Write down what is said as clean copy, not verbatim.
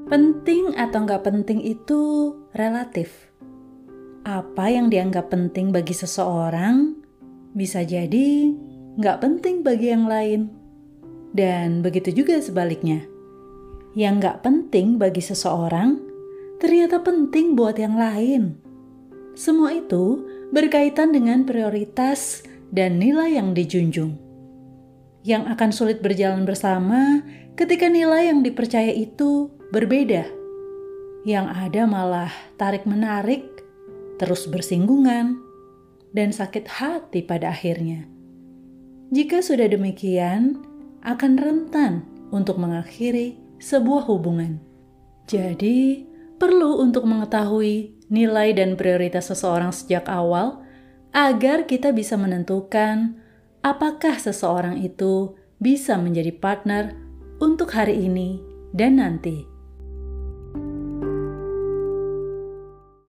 Penting atau nggak penting itu relatif. Apa yang dianggap penting bagi seseorang bisa jadi nggak penting bagi yang lain. Dan begitu juga sebaliknya. Yang nggak penting bagi seseorang ternyata penting buat yang lain. Semua itu berkaitan dengan prioritas dan nilai yang dijunjung. Yang akan sulit berjalan bersama ketika nilai yang dipercaya itu berbeda. Yang ada malah tarik-menarik, terus bersinggungan, dan sakit hati pada akhirnya. Jika sudah demikian, akan rentan untuk mengakhiri sebuah hubungan. Jadi, perlu untuk mengetahui nilai dan prioritas seseorang sejak awal agar kita bisa menentukan apakah seseorang itu bisa menjadi partner untuk hari ini dan nanti.